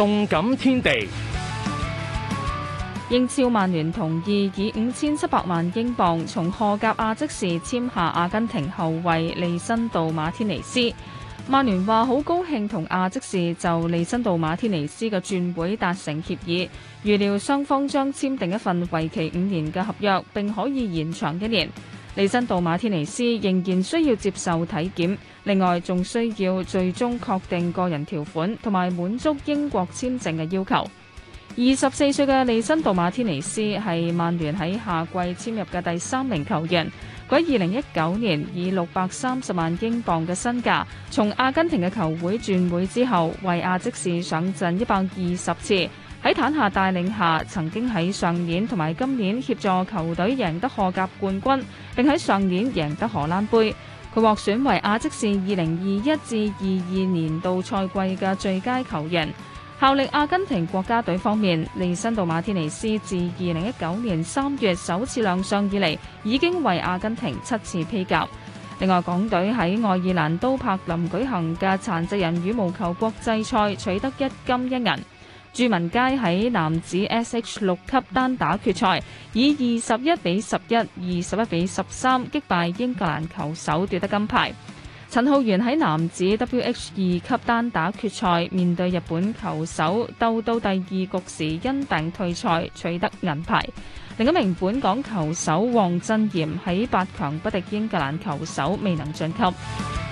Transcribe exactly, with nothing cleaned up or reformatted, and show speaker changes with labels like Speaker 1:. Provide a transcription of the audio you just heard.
Speaker 1: 動感天地。
Speaker 2: 英超曼聯同意以五千七百萬英鎊從荷甲亞積士簽下阿根廷後衛利辛度馬天尼斯。曼聯話好高興同亞積士就利辛度馬天尼斯嘅轉會達成協議，預料雙方將簽訂一份為期五年嘅合約，並可以延長一年。利辛度馬天尼斯仍然需要接受體檢，另外仲需要最終確定個人條款同埋滿足英國簽證嘅要求。二十四歲嘅利辛度馬天尼斯係曼聯喺夏季簽入嘅第三名球員。佢喺二零一九年以六百三十萬英鎊嘅身價從阿根廷嘅球會轉會之後，為亞積士上陣一百二十次。喺坦夏帶領下，曾經喺上年同埋今年協助球隊贏得荷甲冠軍，並喺上年贏得荷蘭杯。佢獲選為亞積士二零二一至二二年度賽季嘅最佳球員。效力阿根廷國家隊方面，利辛度馬天尼斯自二零一九年三月首次亮相以嚟，已經為阿根廷七次披甲。另外，港隊喺愛爾蘭都柏林舉行嘅殘疾人羽毛球國際賽取得一金一銀。朱文佳喺男子 S H 六級單打決賽，以二十一比十一、二十一比十三擊敗英格蘭球手奪得金牌。陳浩源喺男子 W H 二級單打決賽面對日本球手，鬥到第二局時因病退賽，取得銀牌。另一名本港球手黃鎮炎喺八強不敵英格蘭球手，未能晉級。